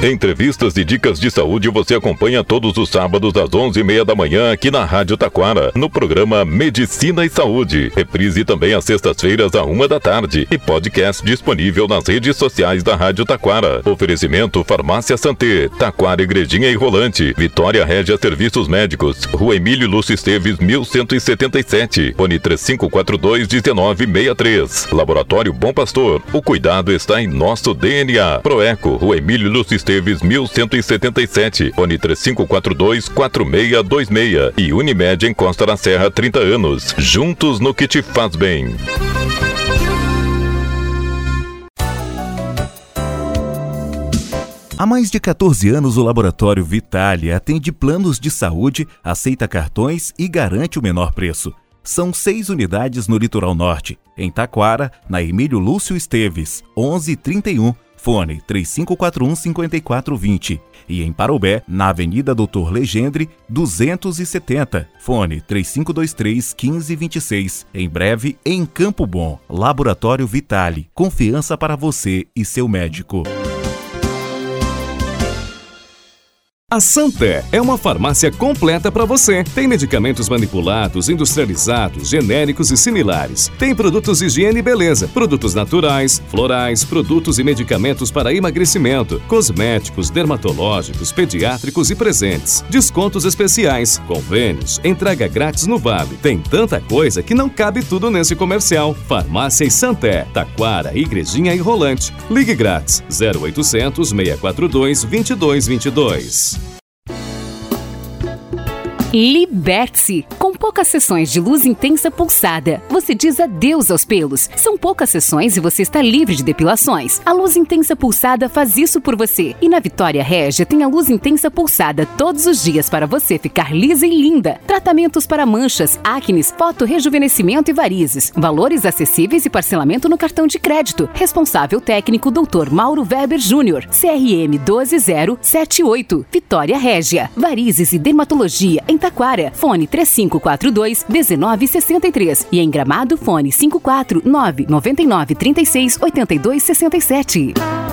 Entrevistas e dicas de saúde você acompanha todos os sábados às 11h30 da manhã aqui na Rádio Taquara, no programa Medicina e Saúde. Reprise também às sextas-feiras à 1h da tarde e podcast disponível nas redes sociais da Rádio Taquara. Oferecimento Farmácia Santé, Taquara, Igrejinha e Rolante, Vitória Régia Serviços Médicos, Rua Emílio Lúcio Esteves, 1177, fone 3542-1963. Laboratório Bom Pastor, o cuidado está em nosso DNA. Proeco, Rua Emílio Lúcio Esteves, 1177, fone 3542-4626. E Unimed em Costa da Serra, 30 anos. Juntos no que te faz bem. Há mais de 14 anos, o Laboratório Vitale atende planos de saúde, aceita cartões e garante o menor preço. São 6 unidades no Litoral Norte, em Taquara, na Emílio Lúcio Esteves, 1131, fone 3541-5420. E em Parobé, na Avenida Doutor Legendre, 270, fone 3523-1526. Em breve, em Campo Bom, Laboratório Vitale, confiança para você e seu médico. A Santé é uma farmácia completa para você. Tem medicamentos manipulados, industrializados, genéricos e similares. Tem produtos de higiene e beleza, produtos naturais, florais, produtos e medicamentos para emagrecimento, cosméticos, dermatológicos, pediátricos e presentes. Descontos especiais, convênios, entrega grátis no Vale. Tem tanta coisa que não cabe tudo nesse comercial. Farmácia e Santé, Taquara, Igrejinha e Rolante. Ligue grátis 0800 642 2222. Liberte-se! Com poucas sessões de luz intensa pulsada, você diz adeus aos pelos. São poucas sessões e você está livre de depilações. A luz intensa pulsada faz isso por você. E na Vitória Régia tem a luz intensa pulsada todos os dias para você ficar lisa e linda. Tratamentos para manchas, acnes, fotorrejuvenescimento e varizes. Valores acessíveis e parcelamento no cartão de crédito. Responsável técnico Dr. Mauro Weber Júnior. CRM 12078. Vitória Régia. Varizes e dermatologia em Taquara, fone 3542-1963 e em Gramado, fone 549-9936-8267.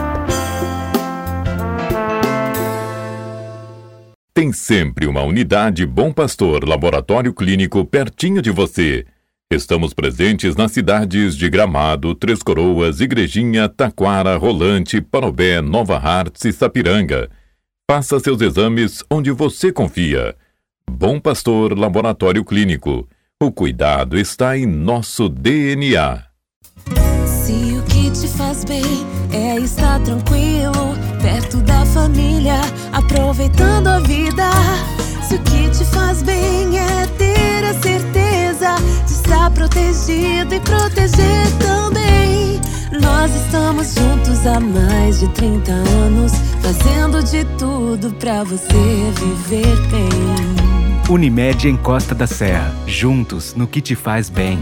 Tem sempre uma unidade Bom Pastor Laboratório Clínico pertinho de você. Estamos presentes nas cidades de Gramado, Três Coroas, Igrejinha, Taquara, Rolante, Parobé, Nova Hartz e Sapiranga. Faça seus exames onde você confia. Bom Pastor Laboratório Clínico. O cuidado está em nosso DNA. Se o que te faz bem é estar tranquilo, perto da família, aproveitando a vida. Se o que te faz bem é ter a certeza de estar protegido e proteger também. Nós estamos juntos há mais de 30 anos, fazendo de tudo pra você viver bem. Unimed em Costa da Serra, juntos no que te faz bem.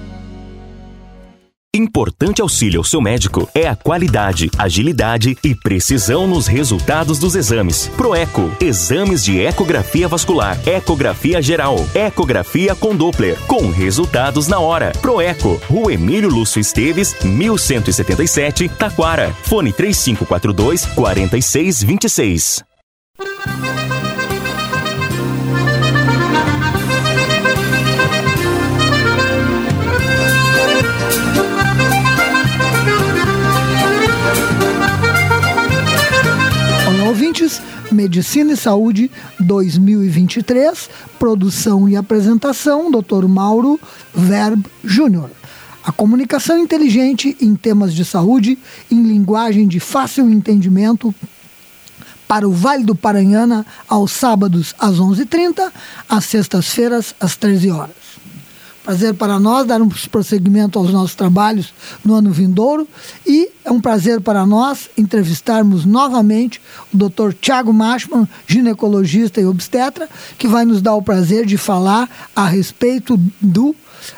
Importante auxílio ao seu médico é a qualidade, agilidade e precisão nos resultados dos exames. Proeco, exames de ecografia vascular, ecografia geral, ecografia com Doppler, com resultados na hora. Proeco, Rua Emílio Lúcio Esteves, 1177, Taquara. Fone 3542-4626. Ouvintes, Medicina e Saúde 2023, produção e apresentação, Dr. Mauro Weber Júnior. A comunicação inteligente em temas de saúde, em linguagem de fácil entendimento, para o Vale do Paranhana, aos sábados às 11h30, às sextas-feiras às 13 horas. Prazer para nós darmos prosseguimento aos nossos trabalhos no ano vindouro e é um prazer para nós entrevistarmos novamente o Dr. Thiago Machmann, ginecologista e obstetra, que vai nos dar o prazer de falar a respeito do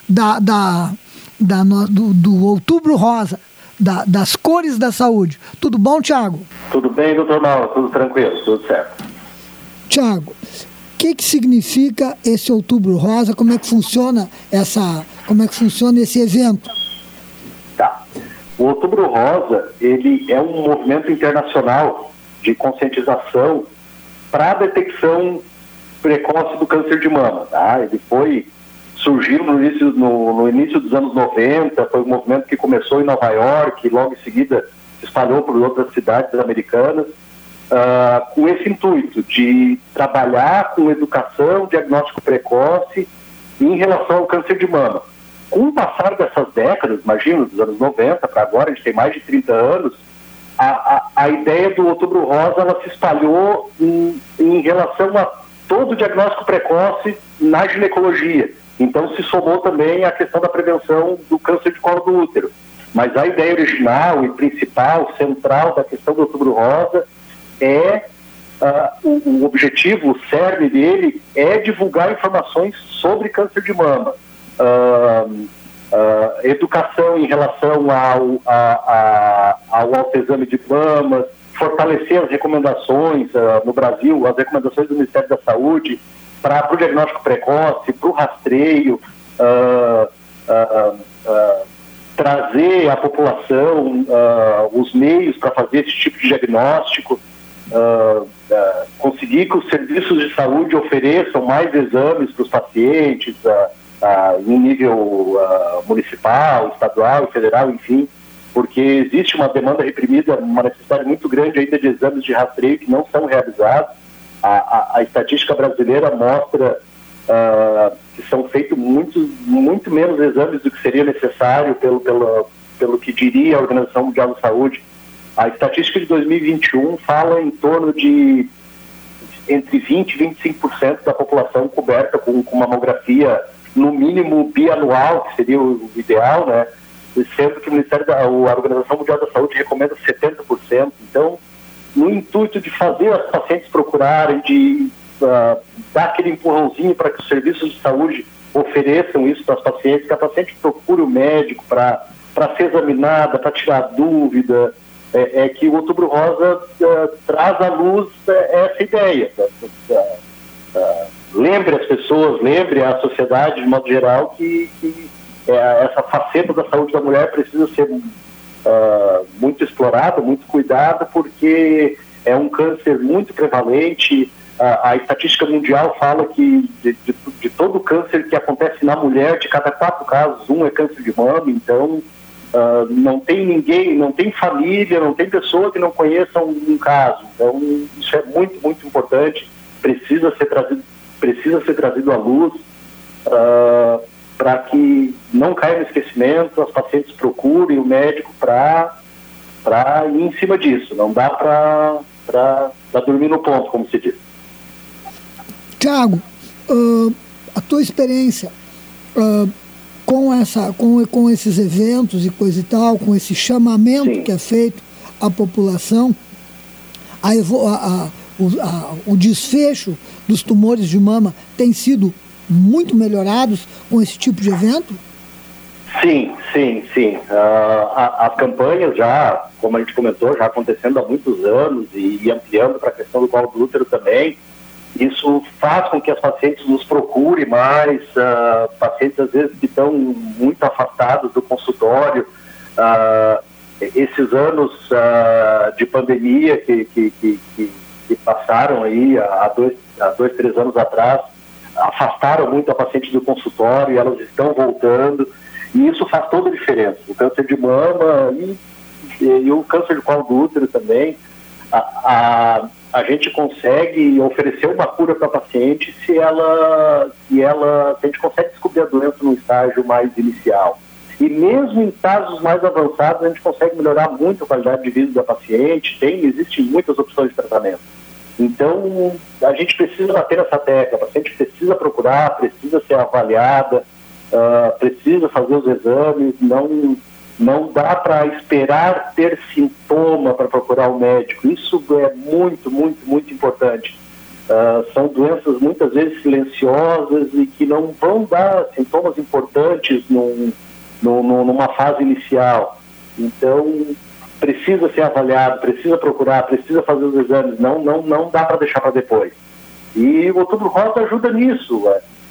Outubro Rosa, das cores da saúde. Tudo bom, Thiago? Tudo bem, doutor Mauro, tudo tranquilo, tudo certo. Thiago, o que significa esse Outubro Rosa? Como é que funciona esse evento? Tá. O Outubro Rosa, ele é um movimento internacional de conscientização para a detecção precoce do câncer de mama. Tá? Ele surgiu no início dos anos 90, foi um movimento que começou em Nova York e logo em seguida se espalhou por outras cidades americanas, com esse intuito de trabalhar com educação, diagnóstico precoce em relação ao câncer de mama. Com o passar dessas décadas, imagino, dos anos 90 para agora, a gente tem mais de 30 anos, a ideia do Outubro Rosa ela se espalhou em relação a todo o diagnóstico precoce na ginecologia. Então se somou também a questão da prevenção do câncer de colo do útero. Mas a ideia original e principal, central da questão do Outubro Rosa é, o objetivo, o cerne dele, é divulgar informações sobre câncer de mama. Educação em relação ao autoexame de mama, fortalecer as recomendações no Brasil, as recomendações do Ministério da Saúde para o diagnóstico precoce, para o rastreio, trazer à população os meios para fazer esse tipo de diagnóstico, conseguir que os serviços de saúde ofereçam mais exames para os pacientes em nível municipal, estadual e federal, enfim, porque existe uma demanda reprimida, uma necessidade muito grande ainda de exames de rastreio que não são realizados. A estatística brasileira mostra que são feitos muito menos exames do que seria necessário pelo que diria a Organização Mundial da Saúde. A estatística de 2021 fala em torno de entre 20% e 25% da população coberta com mamografia, no mínimo bianual, que seria o ideal, né? Sendo que a Organização Mundial da Saúde recomenda 70%. Então, no intuito de fazer as pacientes procurarem, de dar aquele empurrãozinho para que os serviços de saúde ofereçam isso para as pacientes, que a paciente procure o médico para ser examinada, para tirar dúvida, é que o Outubro Rosa traz à luz essa ideia. Lembre as pessoas, lembre a sociedade de modo geral que essa faceta da saúde da mulher precisa ser muito explorada, muito cuidada, porque é um câncer muito prevalente. A estatística mundial fala que de todo câncer que acontece na mulher, de cada 4 casos, 1 é câncer de mama. Então não tem ninguém, não tem família, não tem pessoa que não conheça um caso. Então isso é muito, muito importante, precisa ser trazido à luz para que não caia no esquecimento, as pacientes procurem o médico para ir em cima disso. Não dá para dormir no ponto, como se diz. Tiago, a tua experiência com esses eventos e coisa e tal, com esse chamamento Sim. que é feito à população, o desfecho dos tumores de mama tem sido muito melhorados com esse tipo de evento? Sim. As campanhas já, como a gente comentou, já acontecendo há muitos anos e ampliando para a questão do colo do útero também. Isso faz com que as pacientes nos procurem mais, pacientes às vezes que estão muito afastados do consultório. Esses anos de pandemia que passaram aí há 2, 3 anos atrás, afastaram muito a paciente do consultório e elas estão voltando, e isso faz toda a diferença. O câncer de mama e o câncer de colo do útero também, a gente consegue oferecer uma cura para a paciente se a gente consegue descobrir a doença num estágio mais inicial. E mesmo em casos mais avançados, a gente consegue melhorar muito a qualidade de vida da paciente. Existem muitas opções de tratamento. Então, a gente precisa bater nessa tecla, a paciente precisa procurar, precisa ser avaliada, precisa fazer os exames, não dá para esperar ter sintoma para procurar o médico. Isso é muito, muito, muito importante. São doenças muitas vezes silenciosas e que não vão dar sintomas importantes numa fase inicial. Então, precisa ser avaliado, precisa procurar, precisa fazer os exames, não dá para deixar para depois. E o Outubro Rosa ajuda nisso.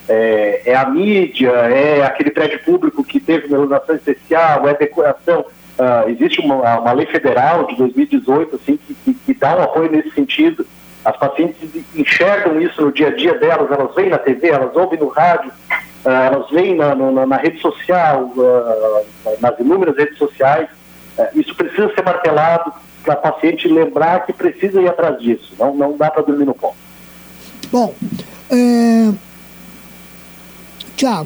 É a mídia, é aquele prédio público que teve uma iluminação especial, é decoração. existe uma lei federal de 2018 assim, que dá um apoio nesse sentido. As pacientes enxergam isso no dia a dia delas, elas veem na TV, elas ouvem no rádio, elas veem na rede social, nas inúmeras redes sociais. Isso precisa ser martelado para a paciente lembrar que precisa ir atrás disso. Não dá para dormir no ponto. Bom, Tiago,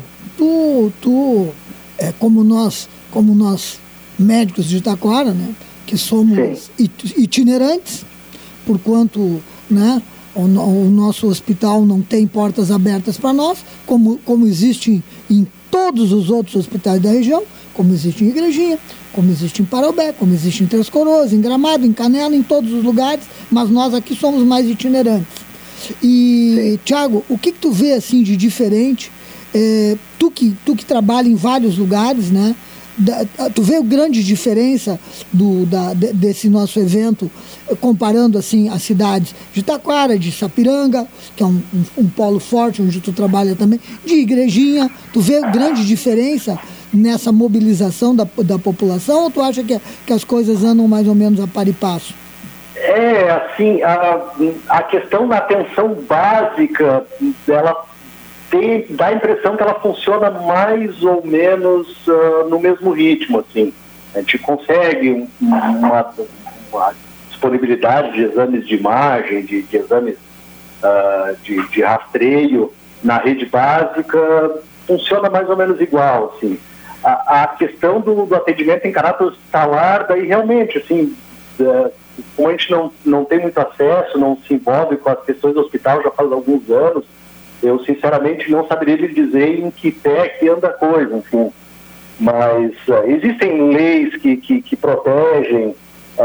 tu como nós médicos de Taquara, né, que somos itinerantes, porquanto, né, o nosso hospital não tem portas abertas para nós, como existe em todos os outros hospitais da região, como existe em Igrejinha, como existe em Parobé, como existe em Três Coroas, em Gramado, em Canela, em todos os lugares, mas nós aqui somos mais itinerantes. E, Tiago, o que tu vê assim de diferente, tu que trabalha em vários lugares, né? Tu vê a grande diferença desse nosso evento, comparando assim as cidades de Taquara, de Sapiranga, que é um polo forte onde tu trabalha também, de Igrejinha? Tu vê a grande diferença nessa mobilização da população, ou tu acha que as coisas andam mais ou menos a par e passo? Assim, a questão da atenção básica, ela dá a impressão que ela funciona mais ou menos no mesmo ritmo, assim. A gente consegue uma disponibilidade de exames de imagem, de exames de rastreio na rede básica, funciona mais ou menos igual, assim. A questão do atendimento em caráter hospitalar, daí realmente, assim, como a gente não tem muito acesso, não se envolve com as questões do hospital já faz alguns anos, eu sinceramente não saberia lhe dizer em que pé que anda a coisa, enfim. Mas existem leis que protegem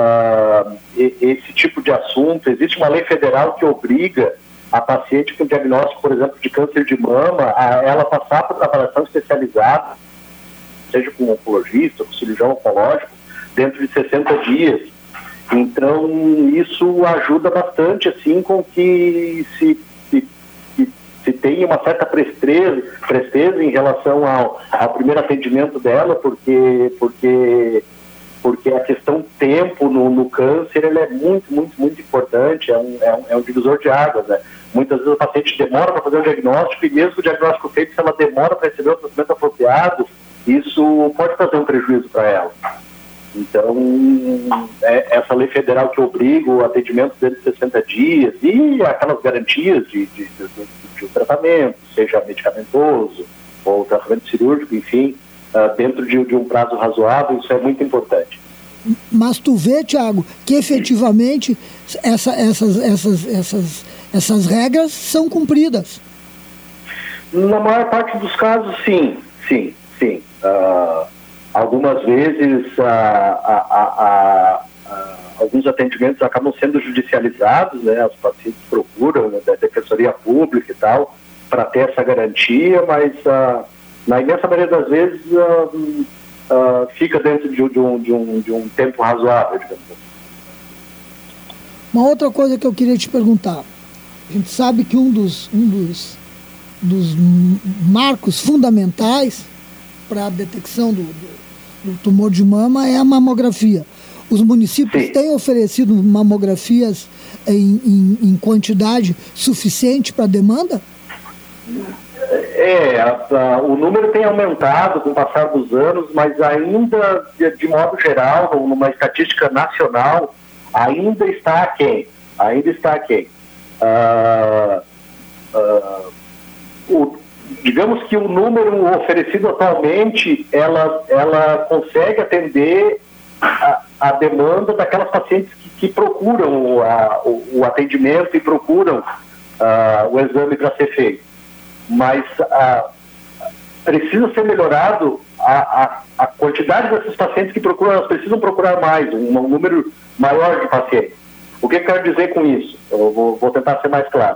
esse tipo de assunto. Existe uma lei federal que obriga a paciente com diagnóstico, por exemplo, de câncer de mama, a ela passar por uma avaliação especializada, seja com um oncologista, com um cirurgião oncológico, dentro de 60 dias. Então, isso ajuda bastante, assim, com que se tenha uma certa presteza em relação ao primeiro atendimento dela, porque a questão tempo no câncer, ele é muito, muito, muito importante, é um divisor de águas, né? Muitas vezes a paciente demora para fazer o diagnóstico, e mesmo o diagnóstico feito, se ela demora para receber o tratamento apropriado, isso pode trazer um prejuízo para ela. Então, essa lei federal que obriga o atendimento dentro de 60 dias e aquelas garantias de tratamento, seja medicamentoso ou tratamento cirúrgico, enfim, dentro de um prazo razoável, isso é muito importante. Mas tu vê, Tiago, que efetivamente essas regras são cumpridas? Na maior parte dos casos, sim. Algumas vezes alguns atendimentos acabam sendo judicializados, né? Os pacientes procuram, né, da Defensoria Pública e tal, para ter essa garantia, mas na imensa maioria das vezes fica dentro de um tempo razoável, digamos assim. Uma outra coisa que eu queria te perguntar, a gente sabe que um dos marcos fundamentais para a detecção do tumor de mama é a mamografia. Os municípios têm oferecido mamografias em quantidade suficiente para a demanda? O número tem aumentado com o passar dos anos, mas ainda, de modo geral, numa estatística nacional, ainda está aquém. Digamos que o número oferecido atualmente, ela consegue atender a demanda daquelas pacientes que procuram o atendimento e procuram o exame para ser feito. Mas precisa ser melhorado a quantidade desses pacientes que procuram, elas precisam procurar mais, um número maior de pacientes. O que eu quero dizer com isso? Eu vou tentar ser mais claro.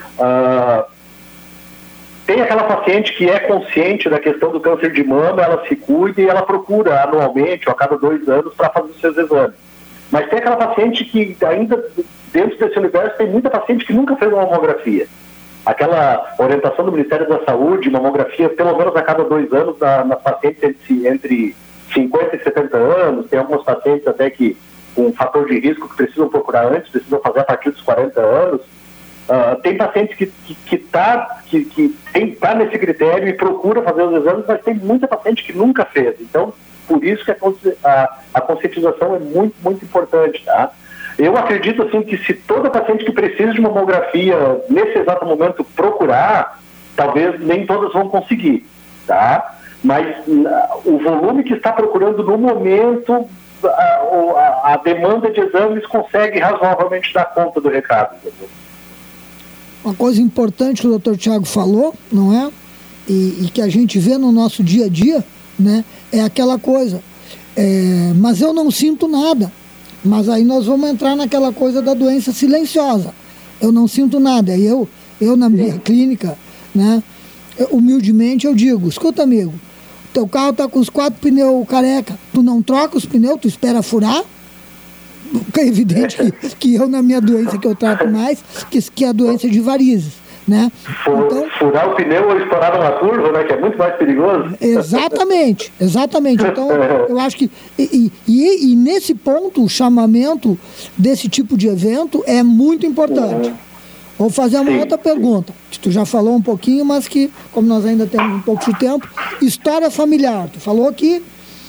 Tem aquela paciente que é consciente da questão do câncer de mama, ela se cuida e ela procura anualmente ou a cada 2 anos para fazer os seus exames. Mas tem aquela paciente que ainda, dentro desse universo, tem muita paciente que nunca fez uma mamografia. Aquela orientação do Ministério da Saúde, mamografia pelo menos a cada 2 anos nas pacientes entre 50 e 70 anos, tem alguns pacientes até que com um fator de risco que precisam procurar antes, precisam fazer a partir dos 40 anos. Tem pacientes que tá nesse critério e procura fazer os exames, mas tem muita paciente que nunca fez. Então, por isso que a conscientização é muito, muito importante, tá? Eu acredito, assim, que se toda paciente que precisa de uma mamografia, nesse exato momento, procurar, talvez nem todas vão conseguir, tá? Mas o volume que está procurando no momento, a demanda de exames consegue razoavelmente dar conta do recado, entendeu? Uma coisa importante que o Dr. Tiago falou, não é? E que a gente vê no nosso dia a dia, né? É aquela coisa, mas eu não sinto nada. Mas aí nós vamos entrar naquela coisa da doença silenciosa. Eu não sinto nada. Eu na minha clínica, né? Humildemente eu digo, escuta, amigo, teu carro tá com os 4 pneus careca, tu não troca os pneus, tu espera furar? É evidente que eu, na minha doença que eu trato mais, que é a doença de varizes, né? Então, furar o pneu ou estourar uma curva, né? Que é muito mais perigoso. Exatamente. Então, eu acho que... E nesse ponto, o chamamento desse tipo de evento é muito importante. Vou fazer uma outra pergunta, que tu já falou um pouquinho, mas que, como nós ainda temos um pouco de tempo, história familiar. Tu falou que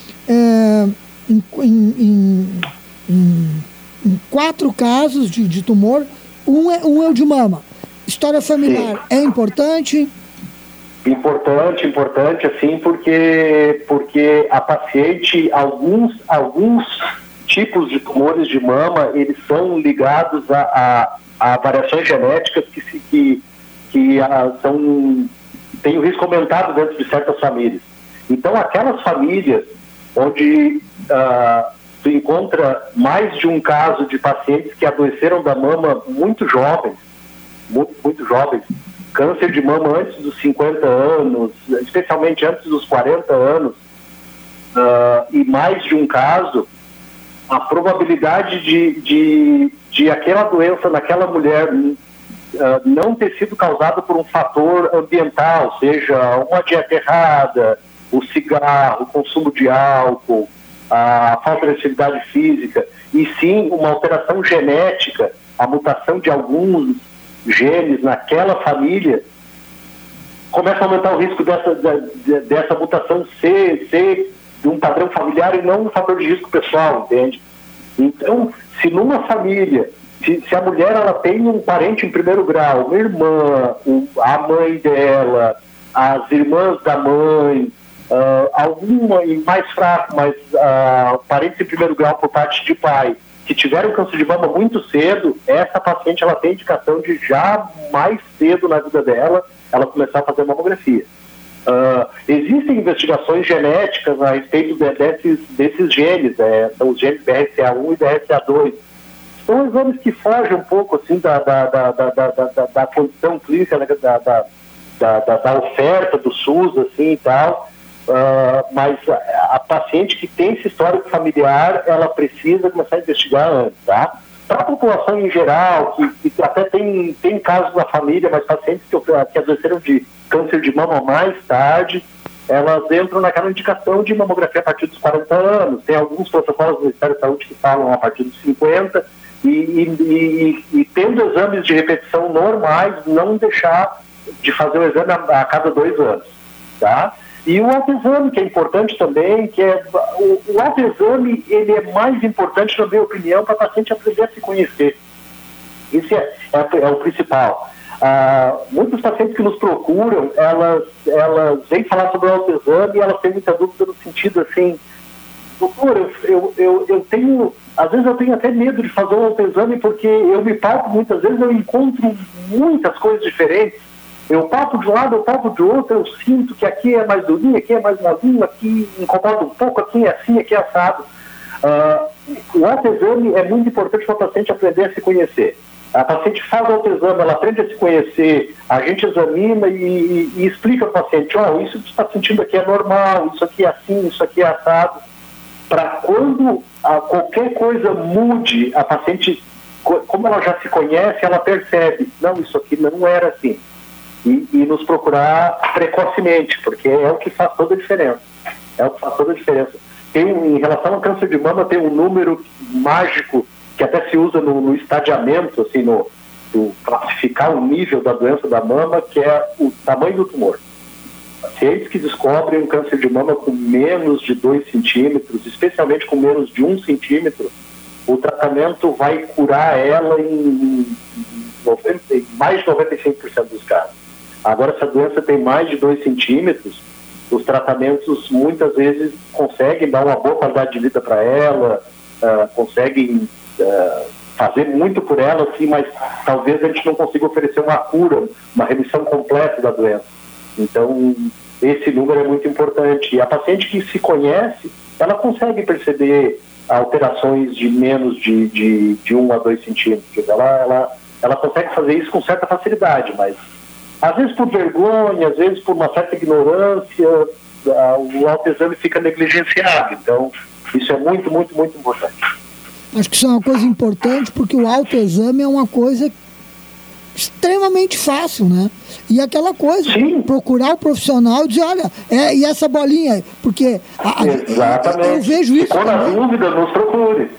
em 4 casos de tumor, um é o de mama. História familiar é importante? Importante, assim, porque a paciente, alguns tipos de tumores de mama, eles são ligados a variações genéticas que têm o risco aumentado dentro de certas famílias. Então, aquelas famílias onde tu encontra mais de um caso de pacientes que adoeceram da mama muito jovens, muito jovens, câncer de mama antes dos 50 anos, especialmente antes dos 40 anos, e mais de um caso, a probabilidade de aquela doença naquela mulher não ter sido causada por um fator ambiental, seja uma dieta errada, o cigarro, o consumo de álcool, a falta de atividade física, e sim uma alteração genética, a mutação de alguns genes naquela família, começa a aumentar o risco dessa mutação ser de um padrão familiar e não um fator de risco pessoal, entende? Então, se numa família, se a mulher ela tem um parente em primeiro grau, uma irmã, a mãe dela, as irmãs da mãe, alguma mais fraco, mas parentes em primeiro grau por parte de pai, que tiveram câncer de mama muito cedo, essa paciente ela tem indicação de já mais cedo na vida dela, ela começar a fazer mamografia. Existem investigações genéticas a respeito desses genes, são os genes BRCA1 e BRCA2. São exames que fogem um pouco assim, da condição clínica, da oferta do SUS assim, e tal. Mas a paciente que tem esse histórico familiar, ela precisa começar a investigar antes, tá? Para a população em geral, que até tem casos na família, mas pacientes que adoeceram de câncer de mama mais tarde, elas entram naquela indicação de mamografia a partir dos 40 anos. Tem alguns protocolos do Ministério da Saúde que falam a partir dos 50, e tendo exames de repetição normais, não deixar de fazer o exame a cada 2 anos, tá? E o autoexame, que é importante também, que o autoexame, ele é mais importante, na minha opinião, para a paciente aprender a se conhecer. Isso é o principal. Muitos pacientes que nos procuram, elas vêm falar sobre o autoexame e elas têm muita dúvida no sentido assim, doutor, eu tenho, às vezes eu tenho até medo de fazer um autoexame porque eu me palpo muitas vezes, eu encontro muitas coisas diferentes. Eu palpo de um lado, eu palpo de outro, eu sinto que aqui é mais durinho, aqui é mais molinho, aqui incomoda um pouco, aqui é assim, aqui é assado. O autoexame é muito importante para o paciente aprender a se conhecer. A paciente faz o autoexame, ela aprende a se conhecer, a gente examina e explica ao paciente, isso que você está sentindo aqui é normal, isso aqui é assim, isso aqui é assado. Para quando qualquer coisa mude, a paciente, como ela já se conhece, ela percebe, não, isso aqui não era assim. E nos procurar precocemente, porque é o que faz toda a diferença. em relação ao câncer de mama, tem um número mágico que até se usa no estadiamento, assim, no classificar o nível da doença da mama, que é o tamanho do tumor. Pacientes que descobrem um câncer de mama com menos de 2 centímetros, especialmente com menos de 1 centímetro, o tratamento vai curar ela em mais de 95% dos casos. Agora, se a doença tem mais de 2 centímetros, os tratamentos muitas vezes conseguem dar uma boa qualidade de vida para ela, conseguem fazer muito por ela, sim, mas talvez a gente não consiga oferecer uma cura, uma remissão completa da doença. Então, esse número é muito importante. E a paciente que se conhece, ela consegue perceber alterações de menos de 1 a 2 centímetros. Ela consegue fazer isso com certa facilidade, mas às vezes por vergonha, às vezes por uma certa ignorância, o autoexame fica negligenciado. Então, isso é muito, muito, muito importante. Acho que isso é uma coisa importante, porque o autoexame é uma coisa extremamente fácil, né? E aquela coisa, sim, procurar o profissional e dizer, olha, e essa bolinha, porque exatamente. Eu vejo isso. Ficou na dúvida, nos procure.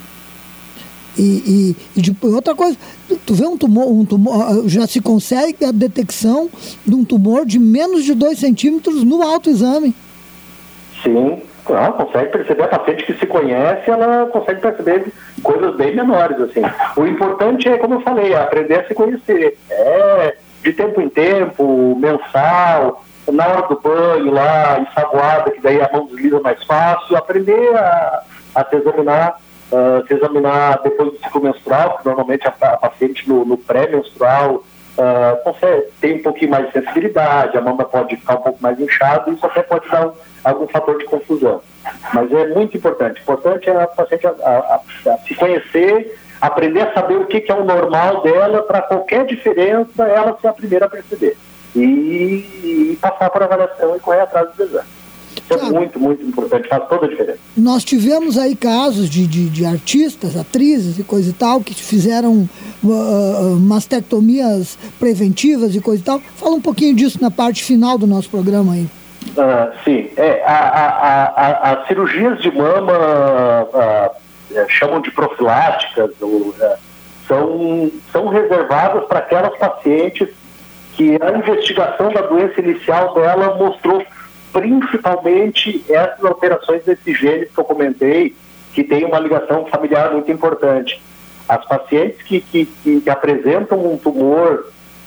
E outra coisa, tu vê um tumor, já se consegue a detecção de um tumor de menos de 2 centímetros no autoexame. Sim, ela consegue perceber, a paciente que se conhece, ela consegue perceber coisas bem menores, assim. O importante é, como eu falei, aprender a se conhecer. De tempo em tempo, mensal, na hora do banho lá, ensaboada, que daí a mão desliza mais fácil, aprender a se examinar depois do ciclo menstrual, que normalmente a paciente no pré-menstrual tem um pouquinho mais de sensibilidade, a mama pode ficar um pouco mais inchada, e isso até pode dar algum fator de confusão. Mas é muito importante. Importante é a paciente a se conhecer, aprender a saber o que é o normal dela, para qualquer diferença ela ser a primeira a perceber. E passar por avaliação e correr atrás dos exames. Isso é muito, muito importante, faz toda a diferença. Nós tivemos aí casos de artistas, atrizes e coisa e tal, que fizeram mastectomias preventivas e coisa e tal. Fala um pouquinho disso na parte final do nosso programa aí. Sim, as cirurgias de mama chamam de profiláticas, são reservadas para aquelas pacientes que a investigação da doença inicial dela mostrou principalmente essas alterações desses genes que eu comentei, que tem uma ligação familiar muito importante. As pacientes que apresentam um tumor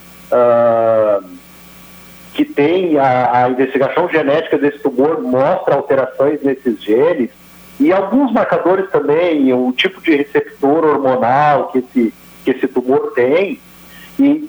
que tem a investigação genética desse tumor mostra alterações nesses genes, e alguns marcadores também, o tipo de receptor hormonal que esse tumor tem, e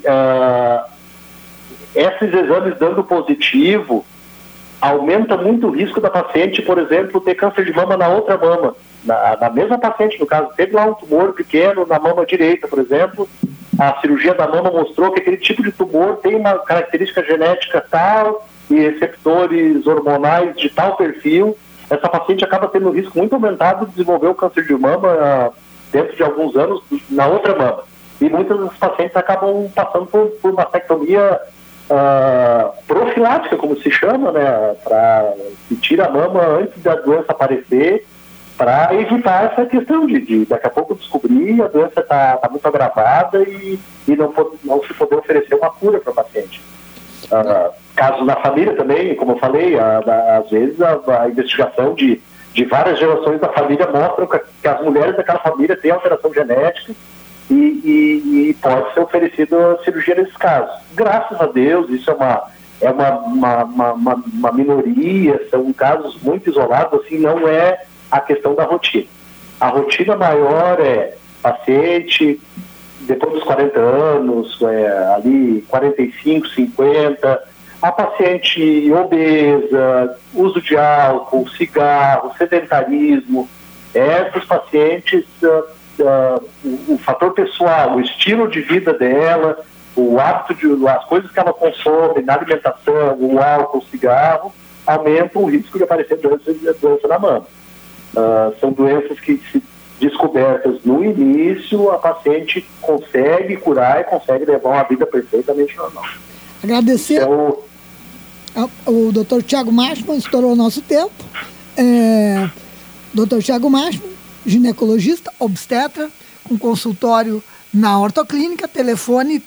esses exames dando positivo aumenta muito o risco da paciente, por exemplo, ter câncer de mama na outra mama. Na mesma paciente, no caso, teve lá um tumor pequeno na mama direita, por exemplo, a cirurgia da mama mostrou que aquele tipo de tumor tem uma característica genética tal e receptores hormonais de tal perfil. Essa paciente acaba tendo um risco muito aumentado de desenvolver o câncer de mama dentro de alguns anos na outra mama. E muitas das pacientes acabam passando por mastectomia profilática, como se chama, né, para se tira a mama antes da doença aparecer, para evitar essa questão de daqui a pouco descobrir a doença está muito agravada e não se poder oferecer uma cura para o paciente. Casos na família também, como eu falei, às vezes a investigação de várias gerações da família mostram que as mulheres daquela família têm alteração genética e pode ser oferecida cirurgia nesses casos. Graças a Deus, isso é uma minoria, são casos muito isolados, assim, não é a questão da rotina. A rotina maior é paciente depois dos 40 anos, ali 45, 50, a paciente obesa, uso de álcool, cigarro, sedentarismo, essas pacientes, o fator pessoal, o estilo de vida dela, o hábito as coisas que ela consome na alimentação, o álcool, o cigarro, aumentam o risco de aparecer doença na mama. São doenças que, se descobertas no início, a paciente consegue curar e consegue levar uma vida perfeitamente normal. Agradecer o Dr. Thiago Marchmann, estourou o nosso tempo. Dr. Thiago Machman, ginecologista, obstetra, com consultório na Ortoclínica, telefone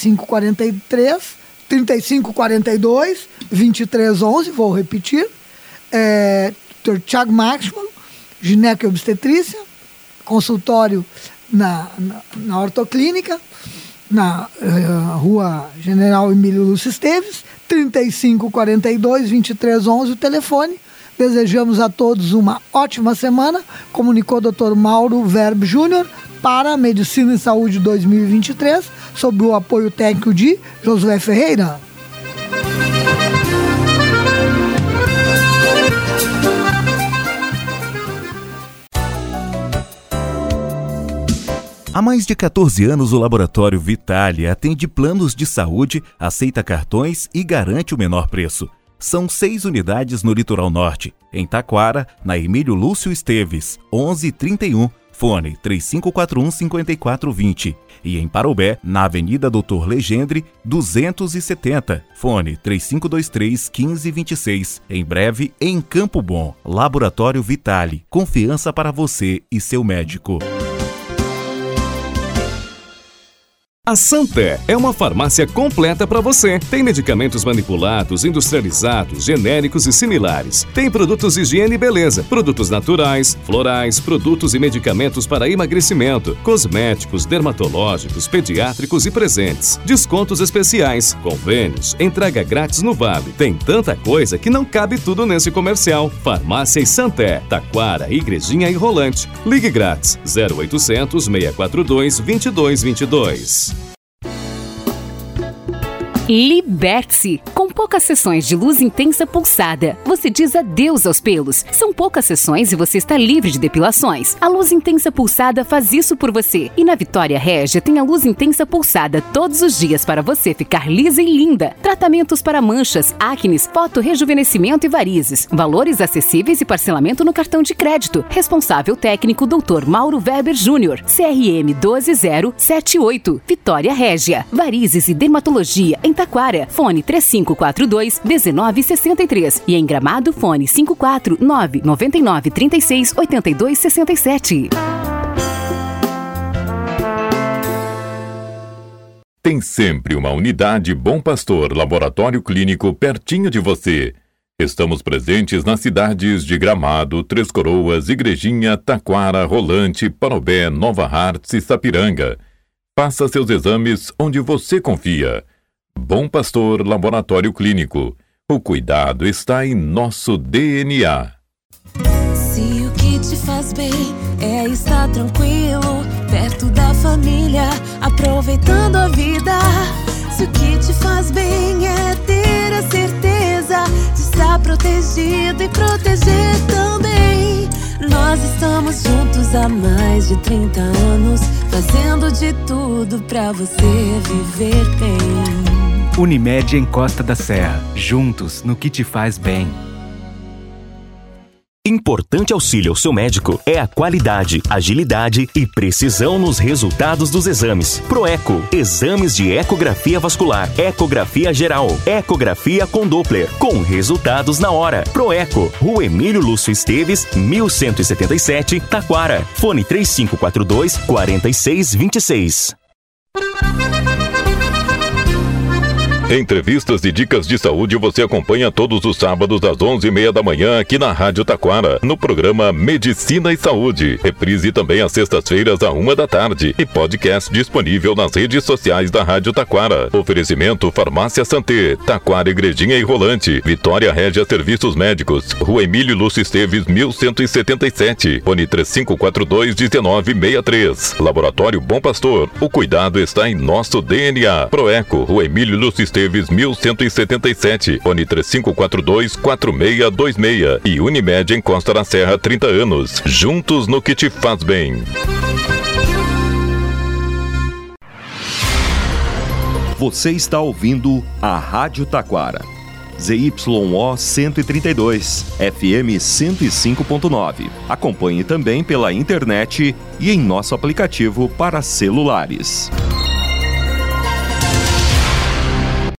3542-2311, vou repetir. Dr. Thiago Machman, gineco e obstetrícia, consultório na Ortoclínica, na Rua General Emílio Lúcio Esteves, 3542-2311, o telefone. Desejamos a todos uma ótima semana, comunicou o Dr. Mauro Verb Júnior para a Medicina e Saúde 2023, sob o apoio técnico de Josué Ferreira. Há mais de 14 anos, o Laboratório Vitale atende planos de saúde, aceita cartões e garante o menor preço. São 6 unidades no Litoral Norte, em Taquara, na Emílio Lúcio Esteves, 1131, fone 3541-5420. E em Parobé, na Avenida Doutor Legendre, 270, fone 3523-1526. Em breve, em Campo Bom. Laboratório Vitale, confiança para você e seu médico. A Santé é uma farmácia completa para você. Tem medicamentos manipulados, industrializados, genéricos e similares. Tem produtos de higiene e beleza, produtos naturais, florais, produtos e medicamentos para emagrecimento, cosméticos, dermatológicos, pediátricos e presentes. Descontos especiais, convênios, entrega grátis no Vale. Tem tanta coisa que não cabe tudo nesse comercial. Farmácia e Santé, Taquara, Igrejinha e Rolante. Ligue grátis 0800 642 2222. Liberte-se! Com poucas sessões de luz intensa pulsada, você diz adeus aos pelos. São poucas sessões e você está livre de depilações. A luz intensa pulsada faz isso por você. E na Vitória Régia tem a luz intensa pulsada todos os dias para você ficar lisa e linda. Tratamentos para manchas, acnes, fotorrejuvenescimento e varizes. Valores acessíveis e parcelamento no cartão de crédito. Responsável técnico Dr. Mauro Weber Júnior. CRM 12078. Vitória Régia. Varizes e dermatologia em Taquara, fone 3542-1963 e em Gramado, fone 549-9936-8267. Tem sempre uma unidade Bom Pastor Laboratório Clínico pertinho de você. Estamos presentes nas cidades de Gramado, Três Coroas, Igrejinha, Taquara, Rolante, Parobé, Nova Hartz e Sapiranga. Faça seus exames onde você confia. Bom Pastor Laboratório Clínico. O cuidado está em nosso DNA. Se o que te faz bem é estar tranquilo, perto da família, aproveitando a vida. Se o que te faz bem é ter a certeza de estar protegido e proteger também. Nós estamos juntos há mais de 30 anos, fazendo de tudo pra você viver bem. Unimed em Costa da Serra, juntos no que te faz bem. Importante auxílio ao seu médico é a qualidade, agilidade e precisão nos resultados dos exames. Proeco, exames de ecografia vascular, ecografia geral, ecografia com Doppler, com resultados na hora. Proeco, Rua Emílio Lúcio Esteves, 1177, Taquara. Fone 3542-4626. Entrevistas e dicas de saúde você acompanha todos os sábados às 11h30 da manhã aqui na Rádio Taquara, no programa Medicina e Saúde. Reprise também às sextas-feiras à 1 da tarde e podcast disponível nas redes sociais da Rádio Taquara. Oferecimento Farmácia Santé, Taquara, Igrejinha e Rolante. Vitória Régia Serviços Médicos, Rua Emílio Lúcio Esteves, 1177. Fone 3542-1963. Laboratório Bom Pastor, o cuidado está em nosso DNA. Proeco, Rua Emílio Lúcio Esteves, 1177, fone 3542-4626 e Unimed em Costa da Serra, 30 anos. Juntos no que te faz bem. Você está ouvindo a Rádio Taquara. ZYO 132, FM 105.9. Acompanhe também pela internet e em nosso aplicativo para celulares.